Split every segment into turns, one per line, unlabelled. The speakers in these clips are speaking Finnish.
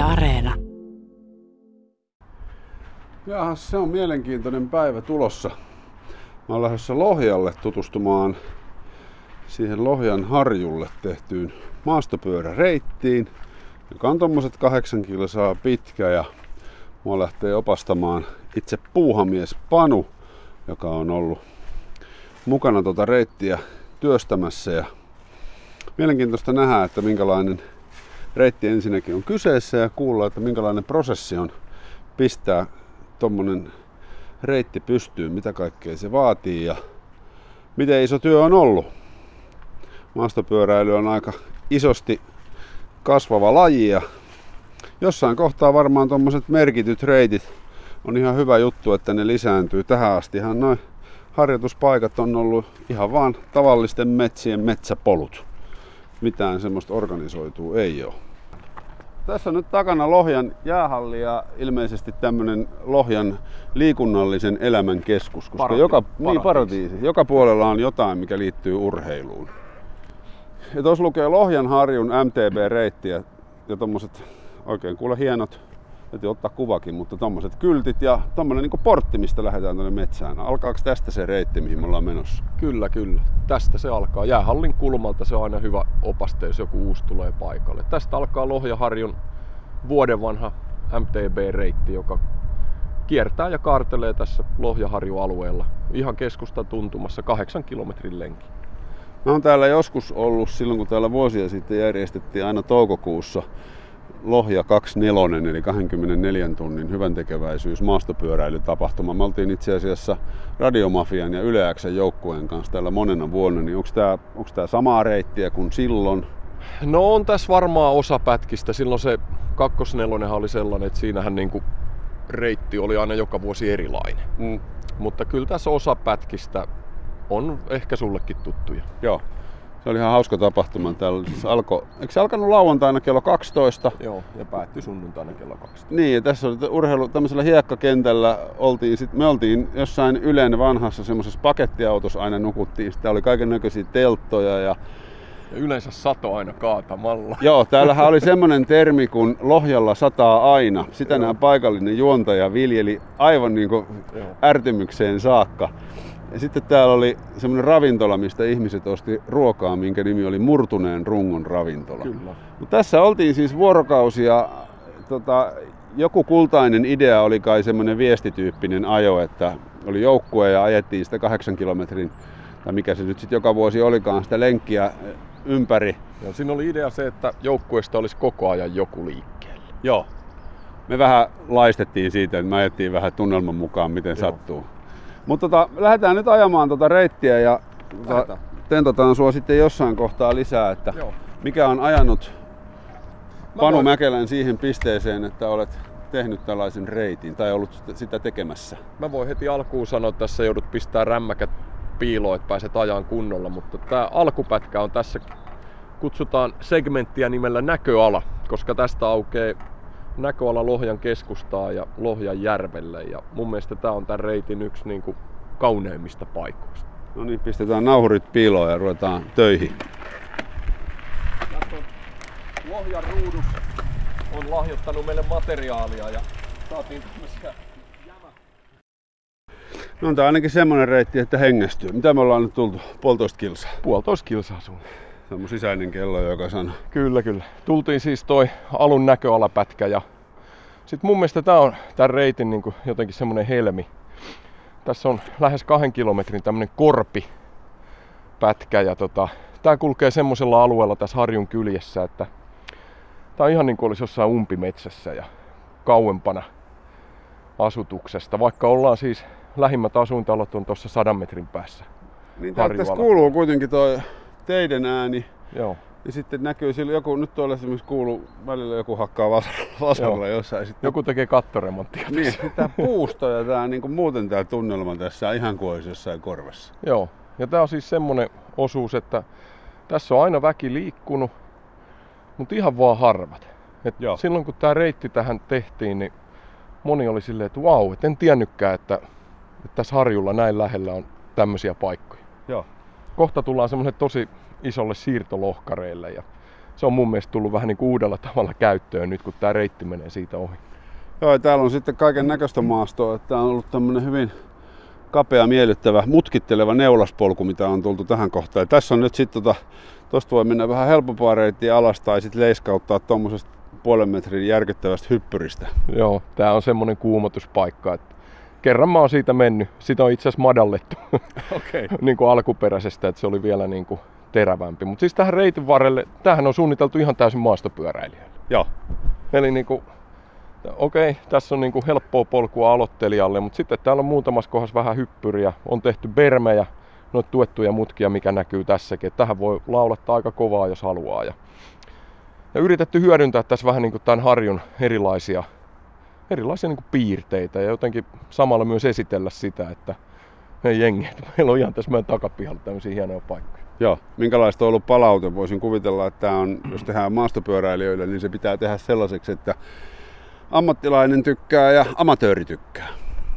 Areena.
Jaahas, se on mielenkiintoinen päivä tulossa. Mä oon lähdössä Lohjalle tutustumaan siihen Lohjan harjulle tehtyyn maastopyöräreittiin, joka on tommoset 8 kilsaa pitkä, ja mua lähtee opastamaan itse puuhamies Panu, joka on ollut mukana tuota reittiä työstämässä. Ja mielenkiintoista nähdä, että minkälainen reitti ensinnäkin on kyseessä ja kuulla, että minkälainen prosessi on pistää tommonen reitti pystyyn, mitä kaikkea se vaatii ja miten iso työ on ollut. Maastopyöräily on aika isosti kasvava laji ja jossain kohtaa varmaan tommoset merkityt reitit on ihan hyvä juttu, että ne lisääntyy. Tähän astihan noin harjoituspaikat on ollut ihan vaan tavallisten metsien metsäpolut. Mitään semmoista organisoitua ei ole. Tässä on nyt takana Lohjan jäähalli ja ilmeisesti tämmönen Lohjan liikunnallisen elämän keskus, koska paratiisi. Joka puolella on jotain, mikä liittyy urheiluun. Ja tuossa lukee Lohjan harjun MTB-reitti ja tommoset oikein kuule hienot, täytyy ottaa kuvakin, mutta tommoset kyltit ja tommonen niinku portti, mistä lähdetään tuonne metsään. Alkaako tästä se reitti, mihin me ollaan menossa?
Kyllä. Tästä se alkaa. Jäähallin kulmalta se on aina hyvä opaste, jos joku uusi tulee paikalle. Tästä alkaa Lohjaharjun vuoden vanha MTB-reitti, joka kiertää ja kaartelee tässä Lohjaharjun alueella. Ihan keskustan tuntumassa 8 kilometrin lenki.
Mä oon täällä joskus ollut silloin, kun täällä vuosia sitten järjestettiin aina toukokuussa Lohja 24, eli 24 tunnin hyväntekeväisyys maastopyöräilytapahtuma. Me oltiin itse asiassa Radiomafian ja Yle X:n joukkueen kanssa täällä monena vuonna, niin onko tää samaa reittiä kuin silloin?
No on tässä varmaan osa pätkistä. Silloin se 24 oli sellainen, että siinähän niinku reitti oli aina joka vuosi erilainen. Mutta kyllä tässä osa pätkistä on ehkä sullekin tuttuja.
Joo. Se oli ihan hauska tapahtuma. Eikö se alkanut lauantaina kello 12?
Joo, ja päättyi sunnuntaina kello 12.
Niin, ja tässä oli urheilu tämmöisellä hiekkakentällä. Me oltiin jossain Ylen vanhassa semmoisessa pakettiautossa aina nukuttiin. Sitten oli kaikennäköisiä telttoja ja
yleensä sato aina kaatamalla.
Joo, täällähän oli semmoinen termi kuin Lohjalla sataa aina. Sitä nämä paikallinen juontaja viljeli aivan niin kuin ärtymykseen saakka. Ja sitten täällä oli semmoinen ravintola, mistä ihmiset osti ruokaa, minkä nimi oli Murtuneen rungon ravintola.
Kyllä.
Mutta tässä oltiin siis vuorokausia. Joku kultainen idea oli kai semmoinen viestityyppinen ajo, että oli joukkue ja ajettiin sitä 8 kilometrin, tai mikä se nyt sitten joka vuosi olikaan, sitä lenkkiä ympäri.
Ja siinä oli idea se, että joukkueesta olisi koko ajan joku liikkeellä.
Joo. Me vähän laistettiin siitä, että me ajettiin vähän tunnelman mukaan, miten sattuu. Mutta lähdetään nyt ajamaan reittiä ja tentotaan sua sitten jossain kohtaa lisää, että mikä on ajanut Panu Mäkelän siihen pisteeseen, että olet tehnyt tällaisen reitin tai ollut sitä tekemässä.
Mä voin heti alkuun sanoa, että tässä joudut pistää rämmäkät piiloon, että pääset ajaan kunnolla, mutta tää alkupätkä on tässä, kutsutaan segmenttiä nimellä näköala, koska tästä aukeaa näköala Lohjan keskustaa ja Lohjan järvelle, ja mun mielestä tää on tän reitin yksi niinku kauneimmista paikoista.
No niin, pistetään nauhurit piiloon ja ruvetaan töihin.
Tässä on Lohjan ruudus on lahjoittanut meille materiaalia ja saatiin tämmösiä
No tää on ainakin semmonen reitti, että hengästyy. Mitä me ollaan nyt tultu? 1,5 kilsaa?
1,5 kilsaa sun.
Se on mun sisäinen kello, joka sanoo.
Kyllä. Tultiin siis toi alun näköalapätkä ja sit mun mielestä tää on tän reitin niinku jotenkin semmonen helmi. Tässä on lähes 2 kilometrin tämmönen korpipätkä ja tää kulkee semmosella alueella tässä harjun kyljessä, että tää on ihan niinku olisi jossain umpimetsässä ja kauempana asutuksesta, vaikka ollaan siis lähimmät asuintalot on tuossa 100 metrin päässä.
Niin tässä kuuluu kuitenkin toi teiden ääni.
Joo.
Ja sitten näkyy joku, nyt tuolla esimerkiksi kuuluu välillä joku hakkaa vasaralla jossain. Sitten
joku tekee kattoremonttia.
Niin, tää puusto ja tää niinku muuten tää tunnelma tässä ihan kuin olisi jossain korvassa.
Joo, ja tää on siis semmonen osuus, että tässä on aina väki liikkunut, mutta ihan vaan harvat. Silloin kun tää reitti tähän tehtiin, niin moni oli silleen, että vau, et en tiennytkään, että tässä harjulla näin lähellä on tämmöisiä paikkoja.
Joo.
Kohta tullaan semmoiselle tosi isolle siirtolohkareille ja se on mun mielestä tullut vähän niin kuin uudella tavalla käyttöön nyt, kun tää reitti menee siitä ohi.
Joo, ja täällä on sitten kaiken näköistä maastoa. Tää on ollut tämmönen hyvin kapea, miellyttävä, mutkitteleva neulaspolku, mitä on tultu tähän kohtaan. Ja tässä on nyt sitten tosta voi mennä vähän helpompaa reittiä alas tai sitten leiskauttaa tuommoisesta 0,5 metrin järkyttävästä hyppyristä.
Joo, tää on semmonen kuumotuspaikka, että kerran mä oon siitä mennyt. Sitä on itse asiassa madallettu niin kuin alkuperäisestä, että se oli vielä niin kuin terävämpi. Mutta siis tähän reitin varrelle, tämähän on suunniteltu ihan täysin maastopyöräilijöille.
Joo.
Eli niin kuin, tässä on niin kuin helppoa polkua aloittelijalle, mutta sitten täällä on muutamassa kohdassa vähän hyppyriä. On tehty bermejä, noita tuettuja mutkia, mikä näkyy tässäkin. Että tähän voi laulattaa aika kovaa, jos haluaa. Ja yritetty hyödyntää tässä vähän niin kuin tämän harjun erilaisia niin kuin piirteitä ja jotenkin samalla myös esitellä sitä, että hei jengi, meillä on ihan tässä meidän takapihalla tämmöisiä hienoja paikkoja.
Joo, minkälaista on ollut palaute? Voisin kuvitella, että tämä on, jos tehdään maastopyöräilijöille, niin se pitää tehdä sellaiseksi, että ammattilainen tykkää ja amatööri tykkää.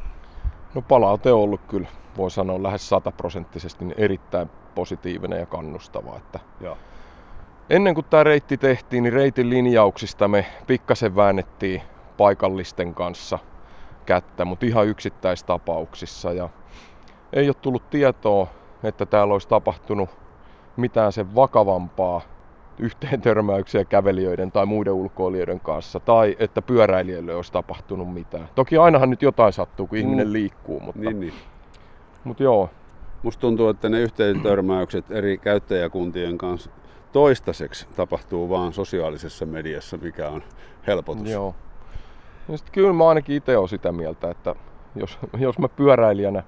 No palaute on ollut kyllä, voi sanoa lähes 100% niin erittäin positiivinen ja kannustava. Että
Joo.
Ennen kuin tämä reitti tehtiin, niin reitin linjauksista me pikkasen väännettiin paikallisten kanssa kättä, mutta ihan yksittäistapauksissa. Ja ei ole tullut tietoa, että täällä olisi tapahtunut mitään sen vakavampaa yhteentörmäyksiä kävelijöiden tai muiden ulkoilijoiden kanssa, tai että pyöräilijöille olisi tapahtunut mitään. Toki ainahan nyt jotain sattuu, kun ihminen liikkuu, mutta,
Niin.
mutta joo.
Musta tuntuu, että ne yhteentörmäykset eri käyttäjäkuntien kanssa toistaiseksi tapahtuu vaan sosiaalisessa mediassa, mikä on helpotus.
Joo. Ja sit kyllä mä ainakin itse olen sitä mieltä, että jos mä pyöräilijänä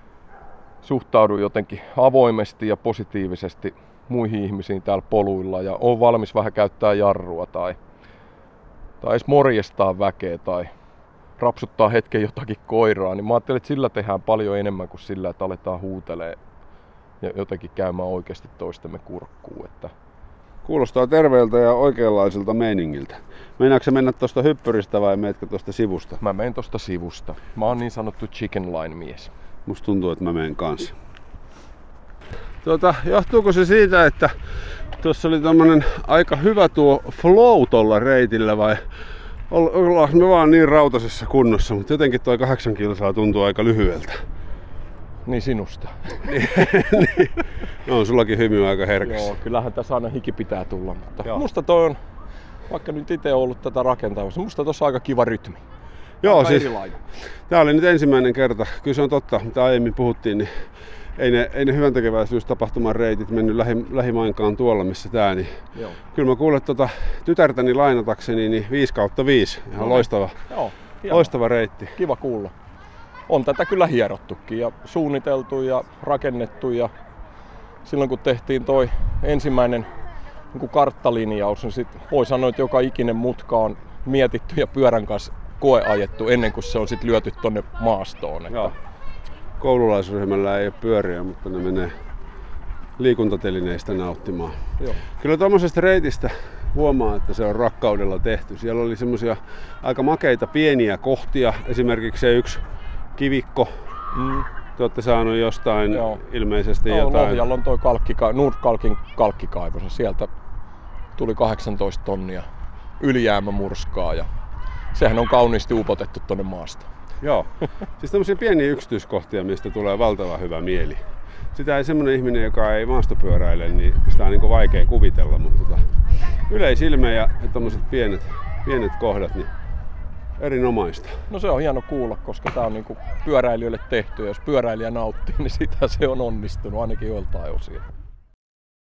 suhtaudun jotenkin avoimesti ja positiivisesti muihin ihmisiin täällä poluilla ja on valmis vähän käyttää jarrua tai edes morjestaa väkeä tai rapsuttaa hetken jotakin koiraa, niin mä ajattelen, että sillä tehdään paljon enemmän kuin sillä, että aletaan huutelee ja jotenkin käymään oikeasti toistemme kurkkuun. Että
Kuulostaa terveeltä ja oikeanlaiselta meiningiltä. Meinaatko mennä tuosta hyppyristä vai menetkö tuosta sivusta?
mä menen tosta sivusta. Mä oon niin sanottu chicken line mies.
Musta tuntuu, että mä menen kanssa. Johtuuko se siitä, että tuossa oli tämmönen aika hyvä tuo flow tuolla reitillä vai ollaanko me vaan niin rautasessa kunnossa, mutta jotenkin toi 8 kilsaa tuntuu aika lyhyeltä.
Niin sinusta.
Niin. No, sullakin hymy aika herkässä.
Joo, kyllähän tässä aina hiki pitää tulla, mutta musta toi on, vaikka nyt itse ollut tätä rakentamassa, musta tossa on aika kiva rytmi.
Joo,
aika
siis
erilainen.
tää oli nyt ensimmäinen kerta. Kyllä se on totta, mitä aiemmin puhuttiin, niin ei ne hyväntekeväisyystapahtuman reitit mennyt lähimainkaan tuolla, missä tää. Niin
Joo.
kyllä mä kuulen tytärtäni lainatakseni, niin 5/5. Ihan loistava reitti.
Kiva kuulla. On tätä kyllä hierottukin ja suunniteltu ja rakennettu ja silloin kun tehtiin toi ensimmäinen niin karttalinjaus, niin sit voi sanoa, että joka ikinen mutka on mietitty ja pyörän kanssa koeajettu ennen kuin se on sit lyöty tonne maastoon.
Joo. Koululaisryhmällä ei ole pyöriä, mutta ne menee liikuntatelineistä nauttimaan.
Joo.
Kyllä tuommoisesta reitistä huomaa, että se on rakkaudella tehty. Siellä oli semmosia aika makeita pieniä kohtia, esimerkiksi se yksi kivikko. Te olette saanut jostain ilmeisesti jotain.
Lohjalla on toi Nordkalkin kalkkikaivos. Sieltä tuli 18 tonnia ylijäämämurskaa ja sehän on kauniisti upotettu tonne maastoon.
Joo, siis tämmöisiä pieniä yksityiskohtia, mistä tulee valtavan hyvä mieli. Sitä ei semmoinen ihminen, joka ei maastopyöräile, niin sitä on niin vaikea kuvitella, mutta yleisilme ja tommoset pienet kohdat, niin erinomaista.
No se on hieno kuulla, koska tää on niinku pyöräilijöille tehty ja jos pyöräilijä nauttii, niin sitä se on onnistunut ainakin joiltain osin.